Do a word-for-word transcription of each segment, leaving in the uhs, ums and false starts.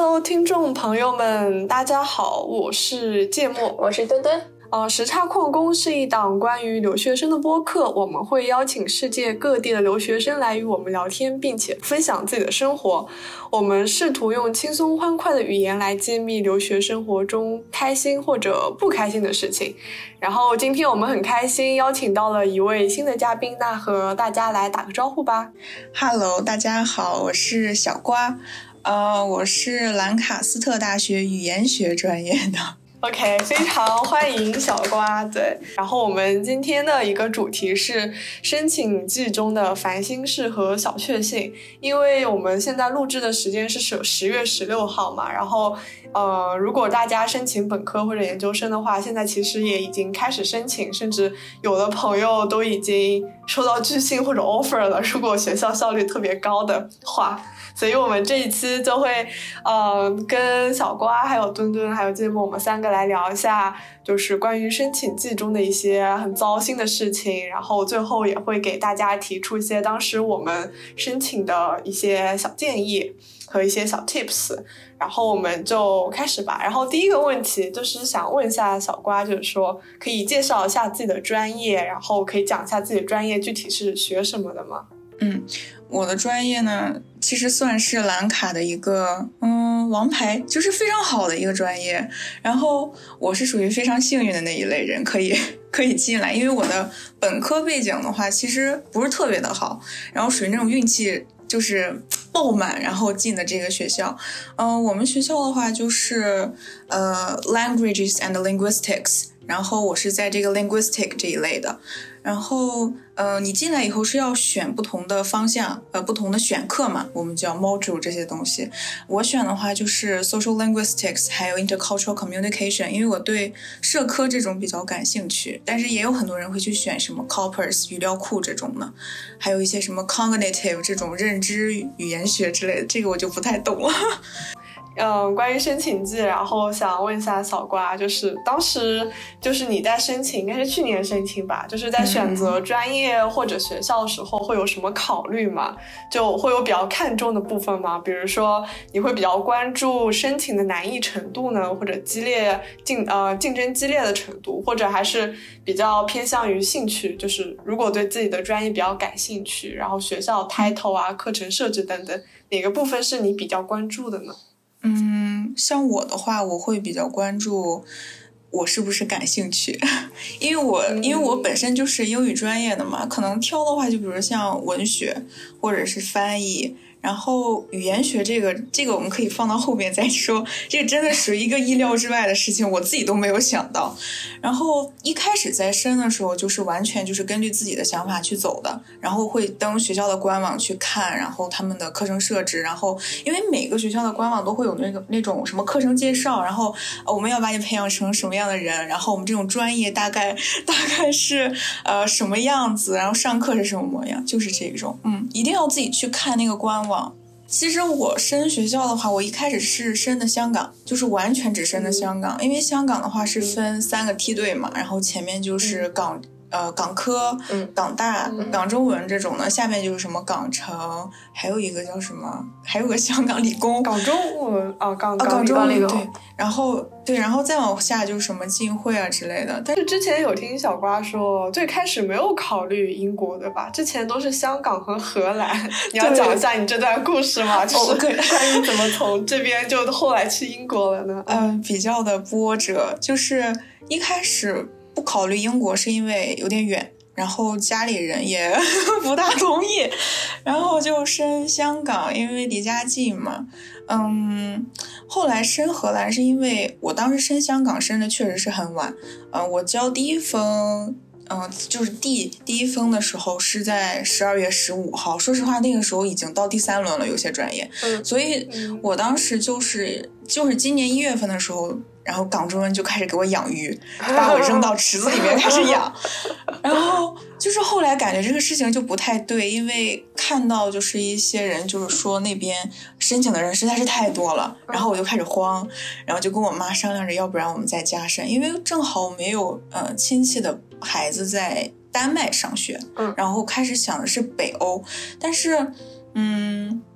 Hello， 听众朋友们，大家好，我是芥末， 我是墩墩。 呃，时差矿工是一档关于留学生的播客，我们会邀请世界各地的留学生来与我们聊天，并且分享自己的生活。我们试图用轻松欢快的语言来揭秘留学生活中开心或者不开心的事情。然后今天我们很开心邀请到了一位新的嘉宾，那和大家来打个招呼吧。 Hello， 大家好，我是小瓜，呃，我是兰卡斯特大学语言学专业的。 OK， 非常欢迎小瓜。对，然后我们今天的一个主题是申请季中的烦心事和小确幸。因为我们现在录制的时间是十月十六号嘛，然后呃，如果大家申请本科或者研究生的话，现在其实也已经开始申请，甚至有的朋友都已经收到拒信或者 offer 了，如果学校效率特别高的话。所以我们这一期就会呃跟小瓜还有墩墩还有芥末，我们三个来聊一下就是关于申请季中的一些很糟心的事情，然后最后也会给大家提出一些当时我们申请的一些小建议和一些小 tips。 然后我们就开始吧。然后第一个问题就是想问一下小瓜，就是说可以介绍一下自己的专业，然后可以讲一下自己的专业具体是学什么的吗？ 嗯，我的专业呢其实算是兰卡的一个嗯王牌，就是非常好的一个专业。然后我是属于非常幸运的那一类人，可以可以进来，因为我的本科背景的话其实不是特别的好，然后属于那种运气就是爆满然后进的这个学校。嗯、呃，我们学校的话就是呃 languages and linguistics， 然后我是在这个 linguistic 这一类的。然后呃，你进来以后是要选不同的方向，呃，不同的选课嘛，我们叫 module 这些东西。我选的话就是 social linguistics 还有 intercultural communication， 因为我对社科这种比较感兴趣。但是也有很多人会去选什么 corpus 语料库这种的，还有一些什么 cognitive 这种认知语言学之类的，这个我就不太懂了。 嗯，关于申请季，然后想问一下小瓜，就是当时就是你在申请，应该是去年申请吧，就是在选择专业或者学校的时候会有什么考虑吗？就会有比较看重的部分吗？比如说你会比较关注申请的难易程度呢，或者激烈竞呃竞争激烈的程度，或者还是比较偏向于兴趣，就是如果对自己的专业比较感兴趣，然后学校 title 啊、课程设置等等，哪个部分是你比较关注的呢？ 嗯，像我的话，我会比较关注我是不是感兴趣，因为我、嗯、因为我本身就是英语专业的嘛，可能挑的话就比如像文学或者是翻译，然后语言学这个这个我们可以放到后面再说，这个真的属于一个意料之外的事情，我自己都没有想到。然后一开始在申的时候就是完全就是根据自己的想法去走的，然后会登学校的官网去看，然后他们的课程设置，然后因为每个学校的官网都会有那个那种什么课程介绍，然后我们要把你培养成什么样的人，然后我们这种专业大概大概是呃什么样子，然后上课是什么模样，就是这种嗯，一定要自己去看那个官网。其实我申学校的话，我一开始是申的香港，就是完全只申的香港，因为香港的话是分三个梯队嘛，然后前面就是港呃港科、港大、港中文这种的，下面就是什么港城，还有一个叫什么，还有个香港理工， 港中文啊，港啊港中文理工， 对，然后对，然后再往下就是什么浸会啊之类的。 但是之前有听小瓜说，最开始没有考虑英国对吧？之前都是香港和荷兰。你要讲一下你这段故事吗？就是关于怎么从这边就后来去英国了呢？ 嗯、呃，比较的波折，就是一开始不考虑英国是因为有点远，然后家里人也不大同意，然后就申香港，因为离家近嘛。嗯，后来申荷兰是因为我当时申香港申的确实是很晚，嗯、呃，我交第一封，嗯、呃，就是第第一封的时候是在十二月十五号，说实话那个时候已经到第三轮了，有些专业， 嗯， 所以我当时就是就是今年一月份的时候。然后港中文就开始给我养鱼，把我扔到池子里面开始养。然后就是后来感觉这个事情就不太对，因为看到就是一些人就是说那边申请的人实在是太多了，然后我就开始慌，然后就跟我妈商量着要不然我们再加申，因为正好没有呃亲戚的孩子在丹麦上学，然后开始想的是北欧，但是嗯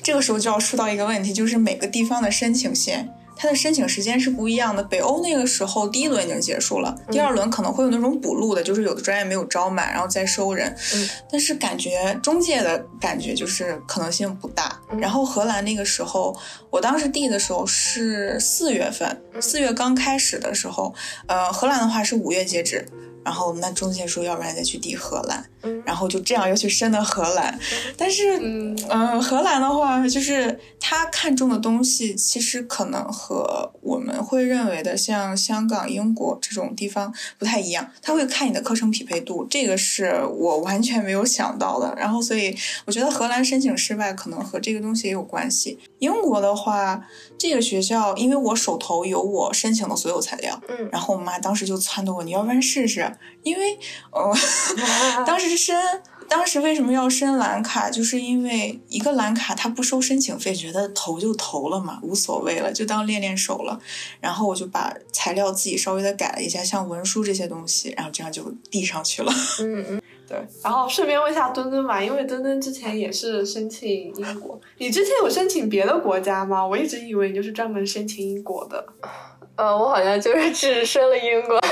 这个时候就要说到一个问题，就是每个地方的申请线它的申请时间是不一样的。北欧那个时候第一轮已经结束了，第二轮可能会有那种补录的，就是有的专业没有招满然后再收人、嗯、但是感觉中介的感觉就是可能性不大、嗯、然后荷兰那个时候我当时递的时候是四月份，四月刚开始的时候呃，荷兰的话是五月截止，然后那中介说要不然再去递荷兰、嗯、然后就这样又去申了荷兰、嗯、但是嗯、呃，荷兰的话就是他看中的东西其实可能和我们会认为的像香港英国这种地方不太一样，他会看你的课程匹配度，这个是我完全没有想到的，然后所以我觉得荷兰申请失败可能和这个东西也有关系。英国的话这个学校因为我手头有我申请的所有材料、嗯、然后我妈当时就撺掇我你要不然试试，因为呃，当时申当时为什么要申蓝卡，就是因为一个蓝卡它不收申请费，觉得投就投了嘛，无所谓了，就当练练手了，然后我就把材料自己稍微的改了一下，像文书这些东西，然后这样就递上去了。 嗯嗯，对。然后顺便问一下墩墩吧，因为墩墩之前也是申请英国，你之前有申请别的国家吗？我一直以为你就是专门申请英国的。 呃，我好像就是只申了英国。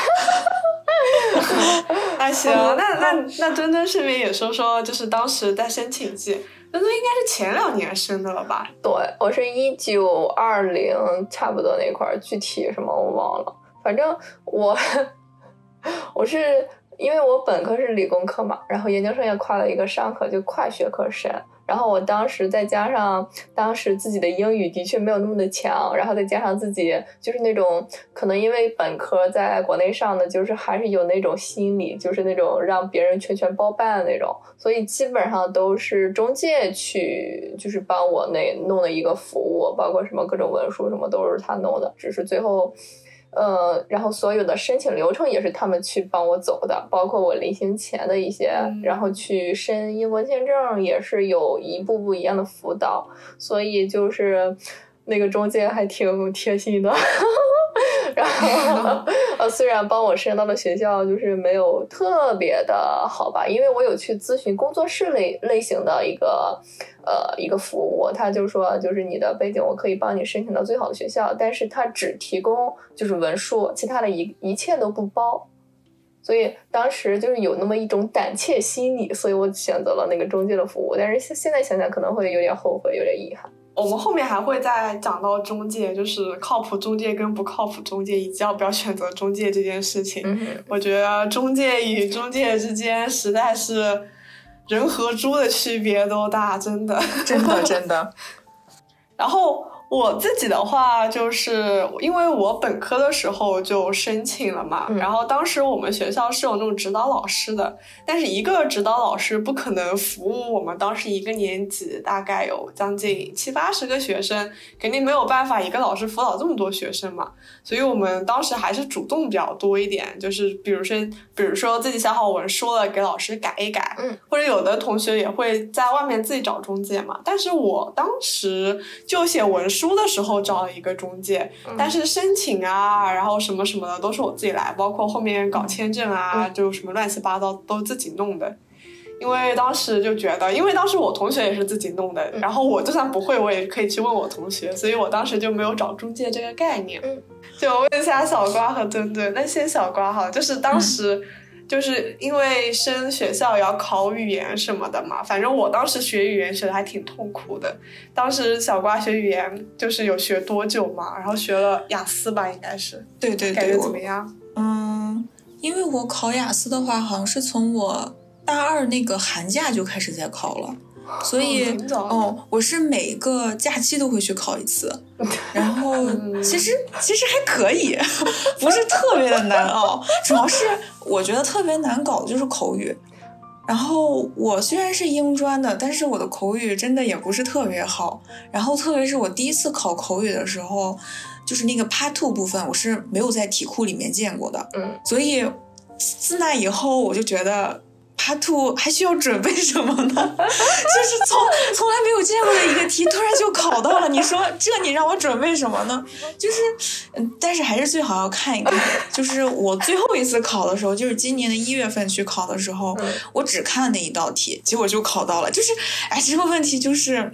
啊行，那那那墩墩顺便也说说，就是当时在申请季，墩墩应该是前两年申的了吧？ 对，我是一九二零差不多那块儿，具体什么我忘了。反正我我是因为我本科是理工科嘛，然后研究生也跨了一个商科，就跨学科申。然后我当时再加上当时自己的英语的确没有那么的强，然后再加上自己就是那种可能因为本科在国内上的，就是还是有那种心理，就是那种让别人全权包办的那种，所以基本上都是中介去就是帮我那弄了一个服务，包括什么各种文书什么都是他弄的，只是最后呃，然后所有的申请流程也是他们去帮我走的，包括我临行前的一些、嗯、然后去申英国签证也是有一步步一样的辅导，所以就是那个中介还挺贴心的然后呃，虽然帮我申到的学校就是没有特别的好吧，因为我有去咨询工作室类类型的一个呃一个服务，他就说就是你的背景我可以帮你申请到最好的学校，但是他只提供就是文书，其他的一一切都不包，所以当时就是有那么一种胆怯心理，所以我选择了那个中介的服务，但是现在想想可能会有点后悔，有点遗憾。 我们后面还会再讲到中介，就是靠谱中介跟不靠谱中介，以及要不要选择中介这件事情、嗯、我觉得中介与中介之间实在是人和猪的区别都大，真的真的真的然后我自己的话就是因为我本科的时候就申请了嘛、嗯、然后当时我们学校是有那种指导老师的，但是一个指导老师不可能服务我们当时一个年级大概有将近七八十个学生，肯定没有办法一个老师辅导这么多学生嘛，所以我们当时还是主动比较多一点，就是比如说比如说自己写好文书了给老师改一改、嗯、或者有的同学也会在外面自己找中介嘛，但是我当时就写文书书的时候找了一个中介、嗯、但是申请啊然后什么什么的都是我自己来，包括后面搞签证啊、嗯、就什么乱七八糟都自己弄的，因为当时就觉得因为当时我同学也是自己弄的、嗯、然后我就算不会我也可以去问我同学，所以我当时就没有找中介这个概念、嗯、就问一下小瓜和墩墩，那先小瓜好，就是当时、嗯就是因为升学校也要考语言什么的嘛，反正我当时学语言学的还挺痛苦的。当时小瓜学语言就是有学多久嘛？然后学了雅思吧，应该是。 对对对。 感觉怎么样？ 嗯，因为我考雅思的话，好像是从我大二那个寒假就开始在考了。所以哦、嗯，我是每个假期都会去考一次，然后其实其实还可以，不是特别的难熬，主要是我觉得特别难搞的就是口语。然后我虽然是英专的，但是我的口语真的也不是特别好。然后特别是我第一次考口语的时候，就是那个 Part Two 部分，我是没有在题库里面见过的，嗯，所以自那以后我就觉得。Part Two 还需要准备什么呢？就是从从来没有见过的一个题，突然就考到了。你说这你让我准备什么呢？就是，嗯，但是还是最好要看一看。就是我最后一次考的时候，就是今年的一月份去考的时候，我只看了那一道题，结果就考到了。就是，哎，这个问题就是。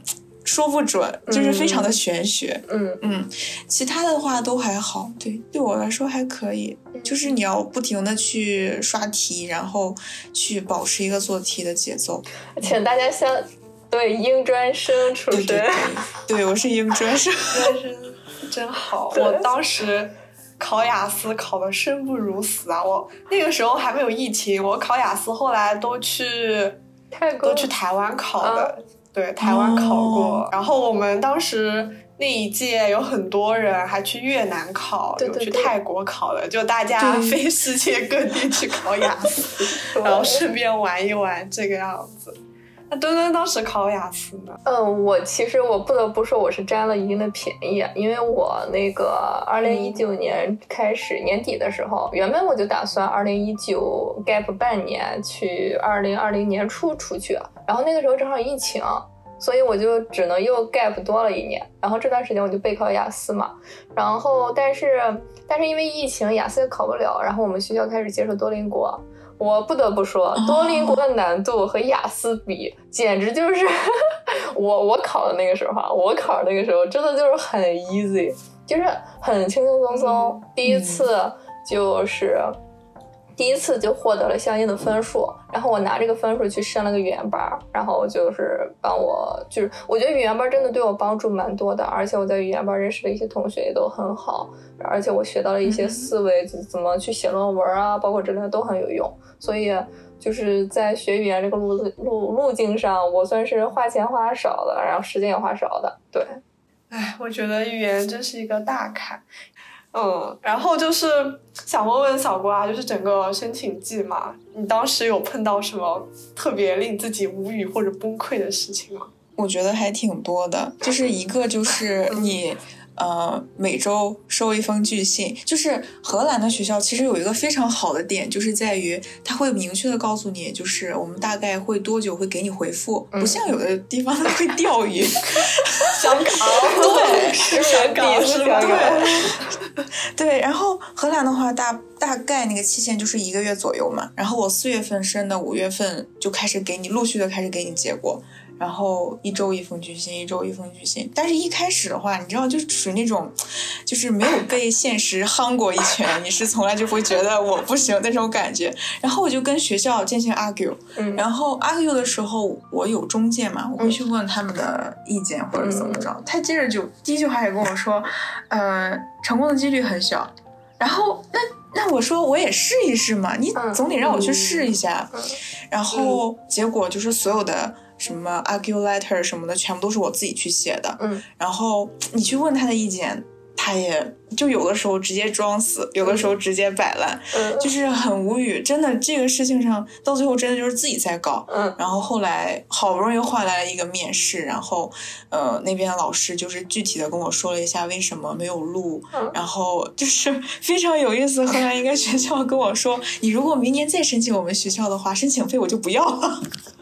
说不准，就是非常的玄学。 嗯嗯，其他的话都还好，对，对我来说还可以。就是你要不停的去刷题，然后去保持一个做题的节奏。 请大家相对英专生出身， 对对对，对我是英专生， 专生真好。我当时考雅思考的生不如死啊！我那个时候还没有疫情，我考雅思后来都去泰国都去台湾考的，啊、对，台湾考过。哦、然后我们当时那一届有很多人还去越南考， 对对对， 有去泰国考的，就大家飞世界各地去考雅思，然后顺便玩一玩这个样子。那墩墩当时考雅思呢？ 嗯，我其实我不得不说我是占了一定的便宜，因为我那个二零一九年开始、嗯、年底的时候，原本我就打算二零一九 gap 半年去二零二零年初出去，然后那个时候正好疫情，所以我就只能又 gap 多了一年，然后这段时间我就备考雅思嘛，然后但是但是因为疫情雅思也考不了，然后我们学校开始接受多邻国。我不得不说，多邻国的难度和雅思比，简直就是我我考的那个时候，我考的那个时候真的就是很 easy， 就是很轻轻松松，嗯、第一次就是。嗯第一次就获得了相应的分数，然后我拿这个分数去申了个语言班，然后就是帮我，就是我觉得语言班真的对我帮助蛮多的，而且我在语言班认识的一些同学也都很好，而且我学到了一些思维，嗯、怎么去写论文啊，包括这类都很有用，所以就是在学语言这个路路路径上，我算是花钱花少的，然后时间也花少的，对。 哎，我觉得语言真是一个大坎。嗯，然后就是想问问小瓜，就是整个申请季嘛，你当时有碰到什么特别令自己无语或者崩溃的事情吗？ 我觉得还挺多的，就是一个就是你呃每周收一封拒信，就是荷兰的学校其实有一个非常好的点，就是在于它会明确的告诉你，就是我们大概会多久会给你回复，嗯、不像有的地方会钓鱼。 香港对，是香港是吧？ 对对，然后荷兰的话大大概那个期限就是一个月左右嘛，然后我四月份申的，五月份就开始给你陆续的开始给你结果。然后一周一封拒信，一周一封拒信。但是一开始的话，你知道，就是属于那种，就是没有被现实夯过一拳，你是从来就会觉得我不行那种感觉。然后我就跟学校进行 argue，、嗯、然后 argue 的时候，我有中介嘛，我会去问他们的意见或者怎么着。嗯、他接着就第一句话也跟我说，呃，成功的几率很小。然后那那我说我也试一试嘛，你总得让我去试一下。嗯、然后结果就是所有的。什么 argue letter 什么的全部都是我自己去写的， 嗯， 然后你去问他的意见，他也就有的时候直接装死，有的时候直接摆烂， 嗯， 就是很无语。真的这个事情上到最后真的就是自己在搞， 嗯， 然后后来好不容易换来了一个面试，然后呃那边的老师就是具体的跟我说了一下为什么没有录， 嗯， 然后就是非常有意思。后来一个学校跟我说，你如果明年再申请我们学校的话，申请费我就不要了。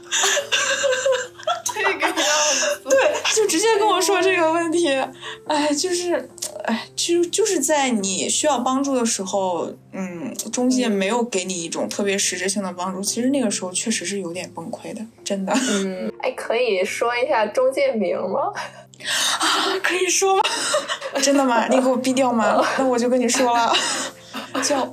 这个样子， 对，他就直接跟我说这个问题，哎，就是，哎，就就是在你需要帮助的时候，嗯，中介没有给你一种特别实质性的帮助，其实那个时候确实是有点崩溃的，真的。 嗯，哎，可以说一下中介名吗？ 啊，可以说吗？真的吗？你给我逼掉吗？那我就跟你说了，叫。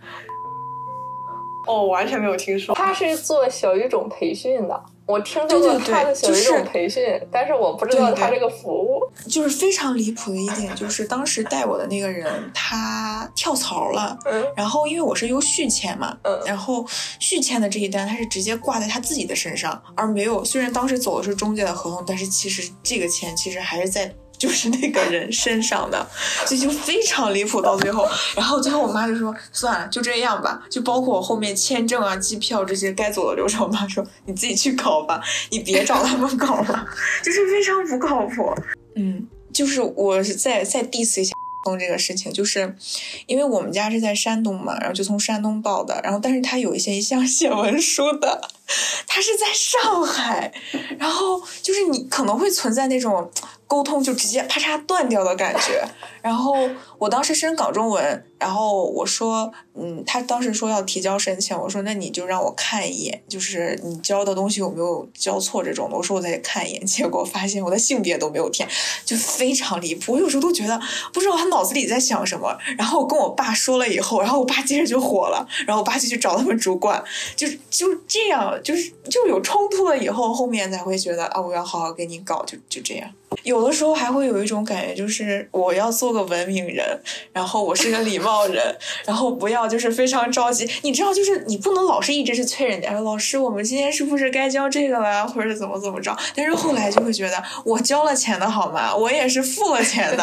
哦，完全没有听说。 他是做小语种培训的，我听说过他的小语种培训， 对对对、就是、 但是我不知道他这个服务。 对对就是非常离谱的一点，就是当时带我的那个人他跳槽了， 嗯， 然后因为我是优续签嘛， 嗯， 然后续签的这一单他是直接挂在他自己的身上，而没有，虽然当时走的是中介的合同，但是其实这个钱其实还是在。就是那个人身上的，所以就非常离谱到最后。然后最后我妈就说算了就这样吧，就包括我后面签证啊机票这些该走的流程，我妈说你自己去搞吧，你别找他们搞了，就是非常不靠谱。嗯，就是我是再再 diss 一下这个事情，就是因为我们家是在山东嘛，然后就从山东报的，然后但是他有一些像写文书的他是在上海，然后就是你可能会存在那种沟通就直接啪嚓断掉的感觉。然后我当时申港中文， 然后我说，嗯，他当时说要提交申请，我说那你就让我看一眼，就是你交的东西有没有交错这种的，我说我再看一眼，结果发现我的性别都没有填，就非常离谱。我有时候都觉得不知道他脑子里在想什么。然后我跟我爸说了以后，然后我爸接着就火了，然后我爸就去找他们主管，就就这样，就是就有冲突了以后，后面才会觉得啊，我要好好给你搞，就就这样。有的时候还会有一种感觉，就是我要做个文明人，然后我是个礼貌人，然后不要就是非常着急。你知道，就是你不能老是一直是催人家说老师，我们今天是不是该交这个了，或者怎么怎么着？但是后来就会觉得，我交了钱的好吗？我也是付了钱的。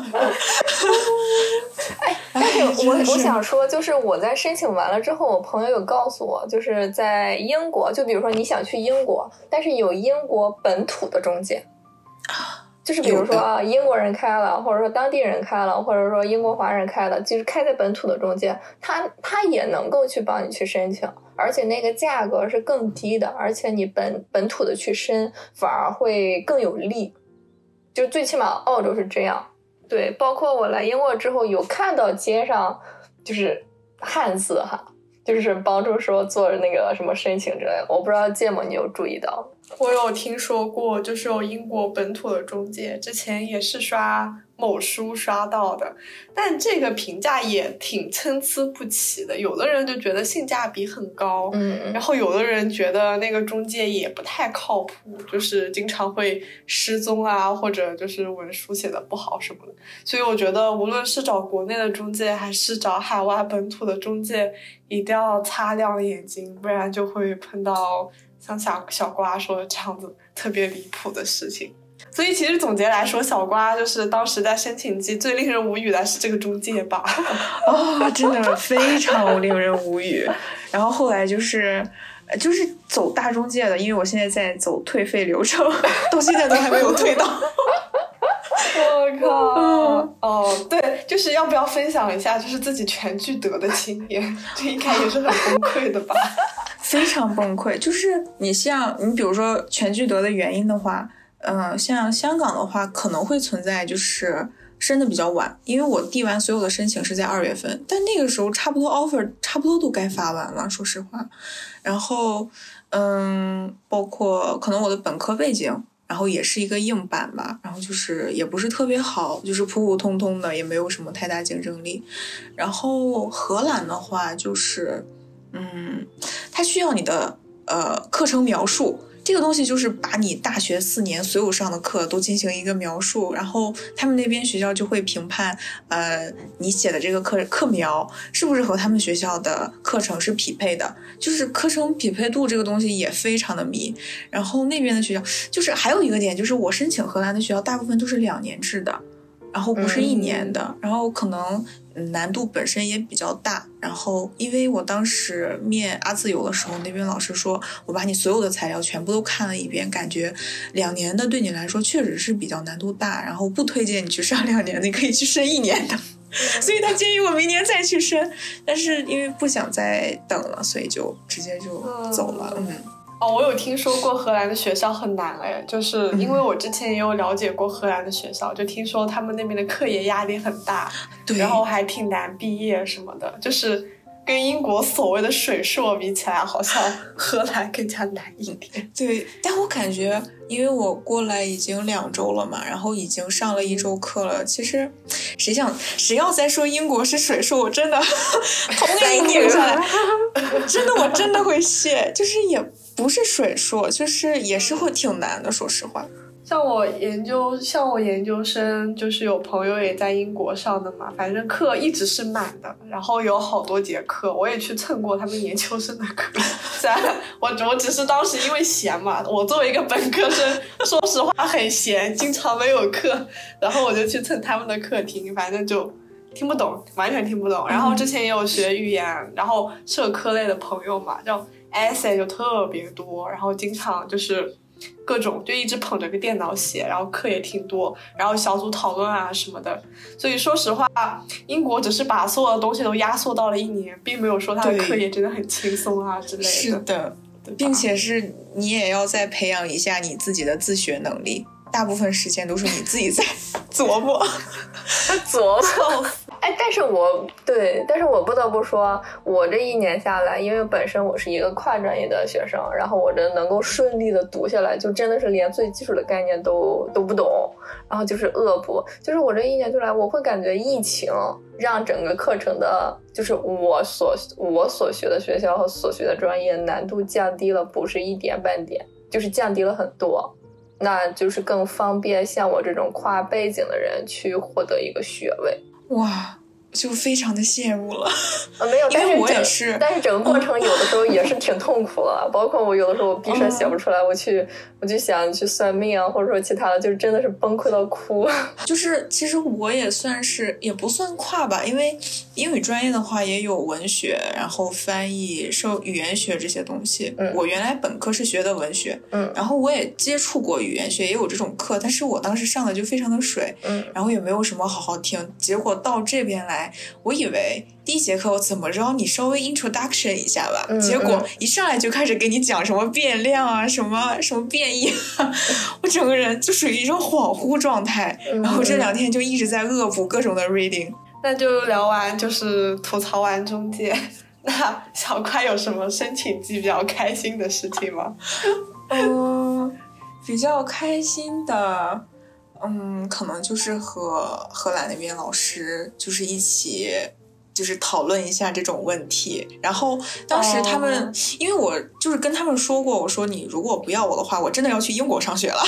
哎，但是我我想说，就是我在申请完了之后，我朋友有告诉我，就是在英国，就比如说你想去英国，但是有英国本土的中介。就是比如说啊，英国人开了，或者说当地人开了，或者说英国华人开了，就是开在本土的中介，他他也能够去帮你去申请，而且那个价格是更低的，而且你本本土的去申反而会更有利，就最起码澳洲是这样。对，包括我来英国之后有看到街上就是汉字哈，就是帮助说做那个什么申请之类的，我不知道芥末你有注意到。 我有听说过，就是有英国本土的中介，之前也是刷某书刷到的，但这个评价也挺参差不齐的。有的人就觉得性价比很高， 嗯， 然后有的人觉得那个中介也不太靠谱，就是经常会失踪啊，或者就是文书写的不好什么的。所以我觉得，无论是找国内的中介，还是找海外本土的中介，一定要擦亮眼睛，不然就会碰到像小小瓜说的这样子特别离谱的事情。所以其实总结来说，小瓜就是当时在申请季最令人无语的是这个中介吧。 哦，真的非常令人无语。然后后来就是就是走大中介的，因为我现在在走退费流程，到现在都还没有退到。 我靠、嗯！哦，对，就是要不要分享一下就是自己全聚德的经验？这应该也是很崩溃的吧？ 非常崩溃。就是你像你比如说全聚德的原因的话，嗯、呃，像香港的话可能会存在就是申的比较晚，因为我递完所有的申请是在二月份，但那个时候差不多 offer 差不多都该发完了，说实话。然后嗯，包括可能我的本科背景。然后也是一个硬板吧，然后就是也不是特别好，就是普普通通的，也没有什么太大竞争力。然后荷兰的话就是，嗯，它需要你的呃课程描述，这个东西就是把你大学四年所有上的课都进行一个描述，然后他们那边学校就会评判，呃，你写的这个课课描是不是和他们学校的课程是匹配的，就是课程匹配度这个东西也非常的迷。然后那边的学校就是还有一个点，就是我申请荷兰的学校大部分都是两年制的，然后不是一年的，嗯、然后可能难度本身也比较大。然后因为我当时面阿自由的时候，那边老师说我把你所有的材料全部都看了一遍，感觉两年的对你来说确实是比较难度大，然后不推荐你去上两年，你可以去申一年的。所以他建议我明年再去申，但是因为不想再等了，所以就直接就走了。嗯。 哦，我有听说过荷兰的学校很难哎，就是因为我之前也有了解过荷兰的学校，就听说他们那边的课业压力很大， 对， 然后还挺难毕业什么的，就是跟英国所谓的水硕比起来，好像荷兰更加难一点。 对，但我感觉因为我过来已经两周了嘛，然后已经上了一周课了，其实谁想谁要再说英国是水硕，我真的头给你拧下来，真的我真的会谢，就是也不是水硕，就是也是会挺难的，说实话。 像我研究，像我研究生，就是有朋友也在英国上的嘛，反正课一直是满的，然后有好多节课，我也去蹭过他们研究生的课。虽然我我只是当时因为闲嘛，我作为一个本科生，说实话很闲，经常没有课，然后我就去蹭他们的课听，反正就听不懂，完全听不懂。然后之前也有学语言，然后社科类的朋友嘛，就 essay 就特别多，然后经常就是各种就一直捧着个电脑写，然后课也挺多，然后小组讨论啊什么的。所以说实话，英国只是把所有的东西都压缩到了一年，并没有说他的课业真的很轻松啊之类的。 是的，并且是你也要再培养一下你自己的自学能力，大部分时间都是你自己在琢磨琢磨。哎， 但是我对，但是我不得不说，我这一年下来，因为本身我是一个跨专业的学生，然后我这能够顺利的读下来，就真的是连最基础的概念都都不懂，然后就是恶补，就是我这一年就来，我会感觉疫情让整个课程的，就是我所我所学的学校和所学的专业难度降低了，不是一点半点，就是降低了很多。那就是更方便像我这种跨背景的人去获得一个学位。 哇，就非常的羡慕了。 啊，没有， 因为我也是， 是， 但是整个过程有的时候也是挺痛苦的，嗯、包括我有的时候我毕设写不出来，嗯、我去我就想去算命啊，或者说其他的，就真的是崩溃到哭。 就是其实我也算是也不算跨吧，因为英语专业的话也有文学，然后翻译、受语言学这些东西。 嗯， 我原来本科是学的文学， 嗯， 然后我也接触过语言学，也有这种课，但是我当时上的就非常的水， 嗯， 然后也没有什么好好听。结果到这边来，我以为第一节课我怎么着你稍微 introduction 一下吧， 嗯、 结果一上来就开始给你讲什么变量啊，什么什么变异啊，我整个人就属于一种恍惚状态。 嗯、 然后这两天就一直在恶补各种的 reading。 那就聊完，就是吐槽完中介。那小快有什么申请季比较开心的事情吗？ 嗯，比较开心的，嗯，可能就是和荷兰那边老师就是一起就是讨论一下这种问题。然后当时他们、oh. 因为我就是跟他们说过，我说你如果不要我的话，我真的要去英国上学了。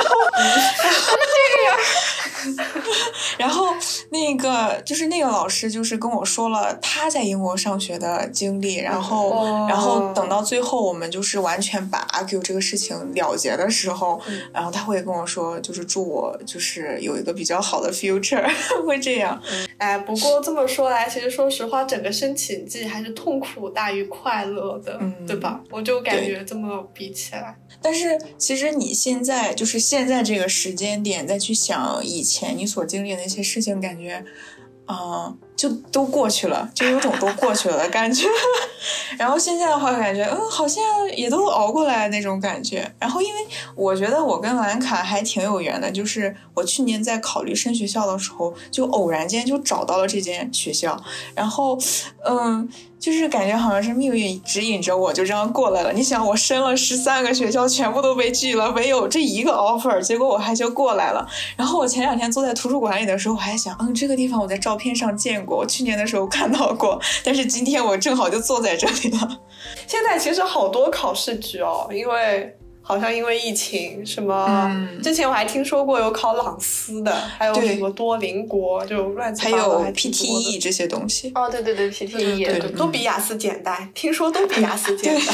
然后那个就是那个老师就是跟我说了他在英国上学的经历，然后、oh. 然后等到最后我们就是完全把 argue 这个事情了结的时候、嗯、然后他会跟我说就是祝我就是有一个比较好的 future 会这样。 哎，不过这么说来，其实说实话整个申请季还是痛苦大于快乐的、嗯、对吧？我就感觉这么比起来。 但是其实你现在就是现在这个时间点再去想以前你所经历的那些事情，感觉嗯、呃，就都过去了，就有种都过去了的感觉。然后现在的话感觉嗯，好像也都熬过来那种感觉。然后因为我觉得我跟兰卡还挺有缘的，就是我去年在考虑升学校的时候就偶然间就找到了这间学校，然后嗯就是感觉好像是命运指引着我就这样过来了。你想我申了十三个学校全部都被拒了，唯有这一个 offer， 结果我还就过来了。然后我前两天坐在图书馆里的时候我还想嗯，这个地方我在照片上见过，我去年的时候看到过，但是今天我正好就坐在这里了。 现在其实好多考试局哦，因为好像因为疫情什么、嗯、之前我还听说过有考朗斯的，还有什么多邻国，就乱七八糟， 还有 P T E 这些东西。 哦对对对 P T E 对对对、嗯、都比雅思简单，听说都比雅思简单。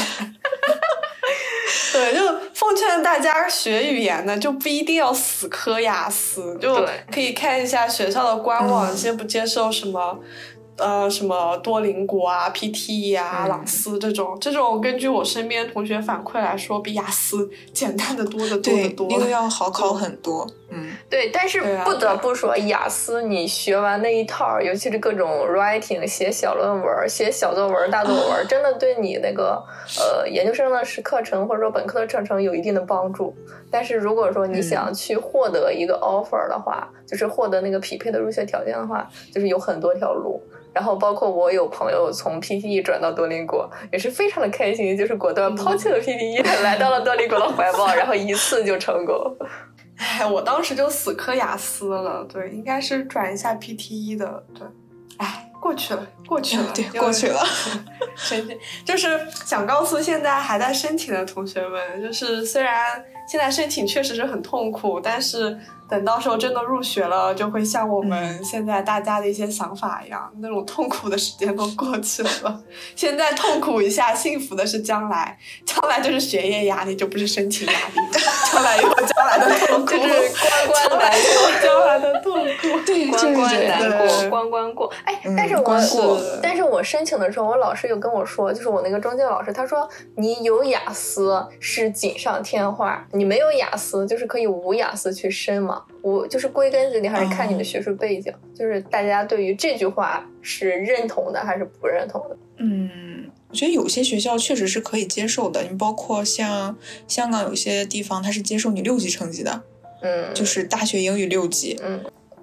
对，就奉劝大家学语言的就不一定要死磕雅思，就可以看一下学校的官网、嗯、接不接受什么呃，什么多邻国啊 P T E 啊、嗯、朗斯这种这种根据我身边同学反馈来说比雅思简单的多的多的多， 对，那个要好考很多。嗯， 对，但是不得不说、啊、雅思你学完那一套，尤其是各种 writing 写小论文写小作文大作文、哦、真的对你那个呃研究生的课程或者说本科的课程有一定的帮助。但是如果说你想去获得一个 offer 的话、嗯、就是获得那个匹配的入学条件的话，就是有很多条路。然后包括我有朋友从 P T E 转到多邻国也是非常的开心，就是果断抛弃了 P T E、嗯、来到了多邻国的怀抱，然后一次就成功。 哎，我当时就死磕雅思了，对，应该是转一下 P T E 的，对，哎，过去了，过去了， 对，过去了。 就是想告诉现在还在申请的同学们，就是虽然现在申请确实是很痛苦，但是等到时候真的入学了，就会像我们现在大家的一些想法一样、嗯、那种痛苦的时间都过去了。现在痛苦一下，幸福的是将来，将来就是学业压力，就不是申请压力，将来有将来的痛苦， 就是关关难过， 将来的痛苦， 对， 关关难过，关关过。哎，但是我、 嗯、 但是我申请的时候，我老师有跟我说，就是我那个中介老师，他说你有雅思是锦上添花，你没有雅思就是可以无雅思去申嘛。我就是归根结底还是看你的学术背景、哦、就是大家对于这句话是认同的还是不认同的。 嗯，我觉得有些学校确实是可以接受的，你包括像香港有些地方它是接受你六级成绩的， 嗯， 就是大学英语六级。 嗯，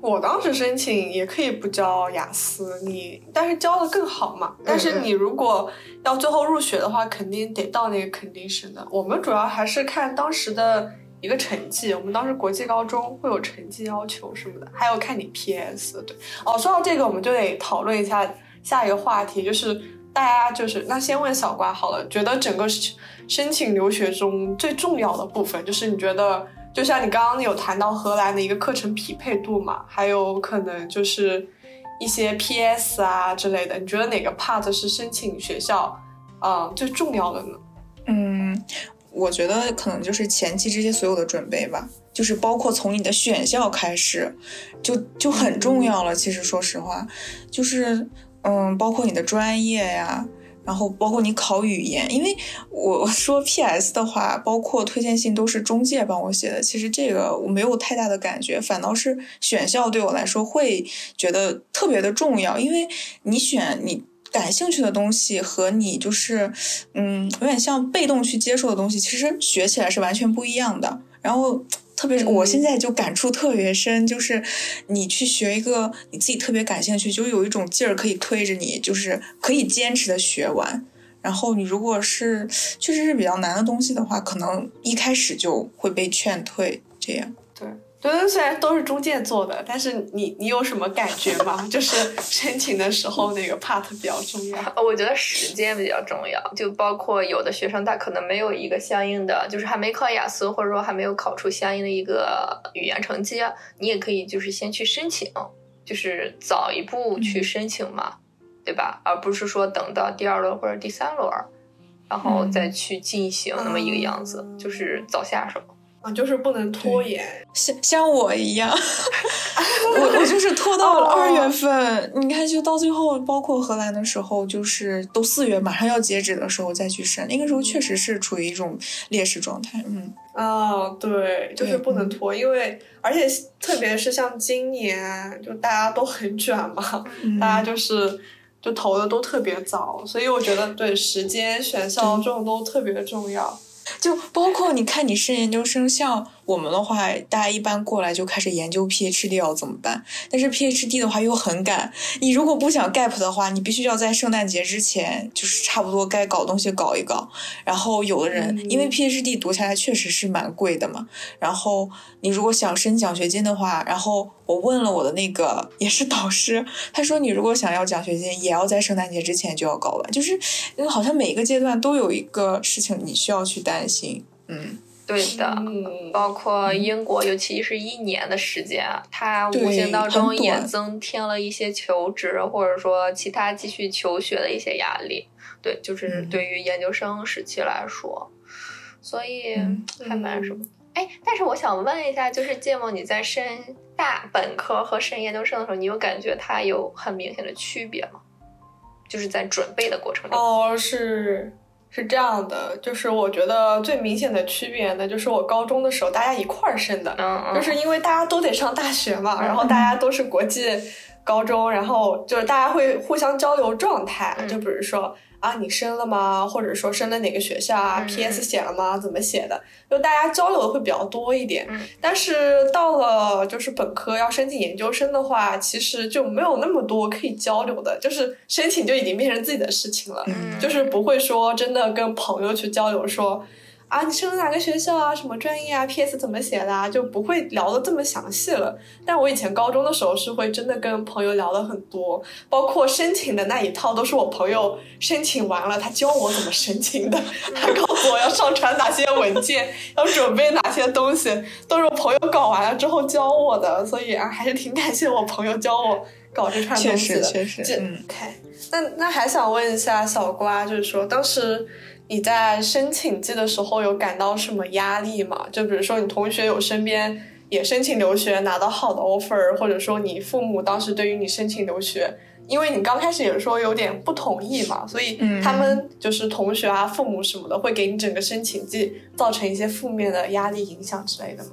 我当时申请也可以不交雅思，你但是交的更好嘛。但是你如果要最后入学的话，肯定得到那个 condition 的。我们主要还是看当时的一个成绩，我们当时国际高中会有成绩要求什么的，还有看你 P S。 对哦，说到这个我们就得讨论一下下一个话题，就是大家就是那先问小瓜好了，觉得整个申请留学中最重要的部分，就是你觉得就像你刚刚有谈到荷兰的一个课程匹配度嘛，还有可能就是一些 P S 啊之类的，你觉得哪个 part 是申请学校呃最重要的呢？ 嗯，我觉得可能就是前期这些所有的准备吧，就是包括从你的选校开始就就很重要了。其实说实话就是嗯，包括你的专业呀，然后包括你考语言，因为我说 P S 的话，包括推荐信都是中介帮我写的，其实这个我没有太大的感觉，反倒是选校对我来说会觉得特别的重要，因为你选你感兴趣的东西和你就是嗯有点像被动去接受的东西，其实学起来是完全不一样的。然后特别是我现在就感触特别深，就是你去学一个你自己特别感兴趣，就有一种劲儿可以推着你，就是可以坚持的学完。然后你如果是确实是比较难的东西的话，可能一开始就会被劝退，这样。 对对，虽然都是中介做的，但是你你有什么感觉吗？就是申请的时候那个 part 比较重要。 我觉得时间比较重要，就包括有的学生他可能没有一个相应的，就是还没考雅思，或者说还没有考出相应的一个语言成绩，你也可以就是先去申请，就是早一步去申请嘛，嗯、对吧？而不是说等到第二轮或者第三轮，然后再去进行那么一个样子，嗯、就是早下手。 啊，就是不能拖延， 像像我一样，我我就是拖到了二月份，哦、你看，就到最后，包括荷兰的时候，就是都四月马上要截止的时候再去申，那个时候确实是处于一种劣势状态。嗯， 哦，对，就是不能拖，因为而且特别是像今年，就大家都很卷嘛，嗯、大家就是就投的都特别早，所以我觉得对时间、选校这种都特别重要。 就包括你看你申研究生，像我们的话，大家一般过来就开始研究 P H D 要怎么办，但是 P H D 的话又很赶，你如果不想 gap 的话，你必须要在圣诞节之前就是差不多该搞东西搞一搞。然后有的人、嗯、因为 P H D 读下来确实是蛮贵的嘛，然后你如果想申奖学金的话，然后我问了我的那个也是导师，他说你如果想要奖学金也要在圣诞节之前就要搞完，就是因为好像每一个阶段都有一个事情你需要去担心。嗯， 对的， 嗯、 包括英国尤其是一年的时间，它无形当中也增添了一些求职或者说其他继续求学的一些压力。对，就是对于研究生时期来说、嗯、所以还蛮什么、嗯、哎，但是我想问一下，就是芥末你在申大本科和申研究生的时候，你有感觉它有很明显的区别吗？就是在准备的过程中。 哦，是是这样的，就是我觉得最明显的区别呢，就是我高中的时候大家一块儿申的， 嗯嗯， 就是因为大家都得上大学嘛，嗯、然后大家都是国际高中，然后就是大家会互相交流状态，嗯、就比如说啊，你申了吗？或者说申了哪个学校啊、嗯、？P S 写了吗？怎么写的？就大家交流的会比较多一点。 嗯、 但是到了就是本科要申请研究生的话，其实就没有那么多可以交流的，就是申请就已经变成自己的事情了， 嗯、 就是不会说真的跟朋友去交流说。啊，你申了哪个学校啊？什么专业啊 ？P S 怎么写的啊？就不会聊得这么详细了。但我以前高中的时候是会真的跟朋友聊得很多，包括申请的那一套都是我朋友申请完了，他教我怎么申请的，他告诉我要上传哪些文件，要准备哪些东西，都是我朋友搞完了之后教我的。所以啊，还是挺感谢我朋友教我搞这串东西的。 确实，确实，嗯。 OK， 那那还想问一下小瓜，就是说当时。你在申请季的时候有感到什么压力吗？就比如说你同学有身边也申请留学拿到好的 offer， 或者说你父母当时对于你申请留学，因为你刚开始也说有点不同意嘛，所以他们就是同学啊、父母什么的会给你整个申请季造成一些负面的压力影响之类的吗？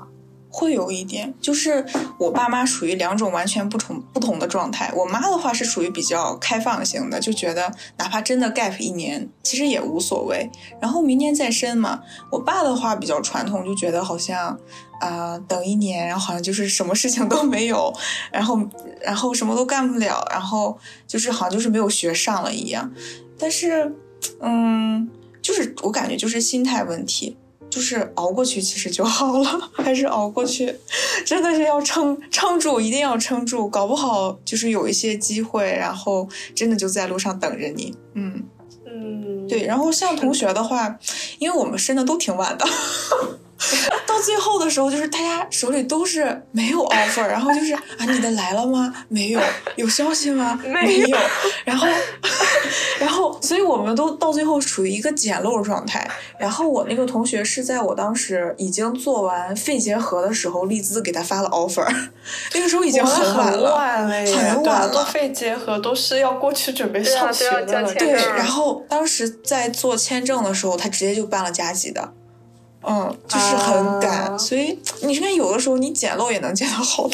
会有一点，就是我爸妈属于两种完全不同不同的状态。我妈的话是属于比较开放型的，就觉得哪怕真的 gap 一年，其实也无所谓，然后明年再申嘛。我爸的话比较传统，就觉得好像啊、呃、等一年，然后好像就是什么事情都没有，然后然后什么都干不了，然后就是好像就是没有学上了一样。但是嗯，就是我感觉就是心态问题。就是熬过去其实就好了，还是熬过去，真的是要撑撑住，一定要撑住，搞不好就是有一些机会，然后真的就在路上等着你。嗯嗯， 对。然后像同学的话，因为我们申的都挺晚的，到最后的时候，就是大家手里都是没有 offer， 然后就是啊，你的来了吗？没有，有消息吗？没有。然后，然后，所以我们都到最后处于一个捡漏状态。然后我那个同学是在我当时已经做完肺结核的时候，利兹给他发了 offer， 那个时候已经很晚了， 很晚了耶， 很晚了。 做肺结核都是要过去准备上学的了。 对，然后当时在做签证的时候，他直接就办了加急的。嗯，就是很赶、啊、所以你看有的时候你捡漏也能捡到好的